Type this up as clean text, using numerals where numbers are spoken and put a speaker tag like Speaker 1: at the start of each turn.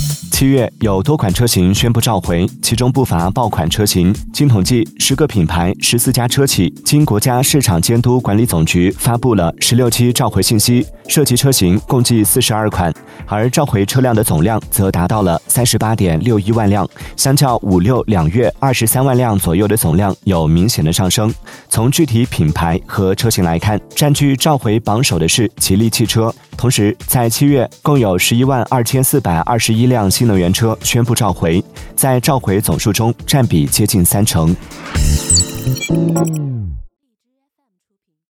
Speaker 1: 7月有多款车型宣布召回，其中不乏爆款车型。经统计，10个品牌、14家车企经国家市场监督管理总局发布了16期召回信息，涉及车型共计42款，而召回车辆的总量则达到了38.61万辆，相较5、6、2月23万辆左右的总量有明显的上升。从具体品牌和车型来看，占据召回榜首的是吉利汽车。同时，在7月共有112421辆新能源车宣布召回，在召回总数中占比接近30%。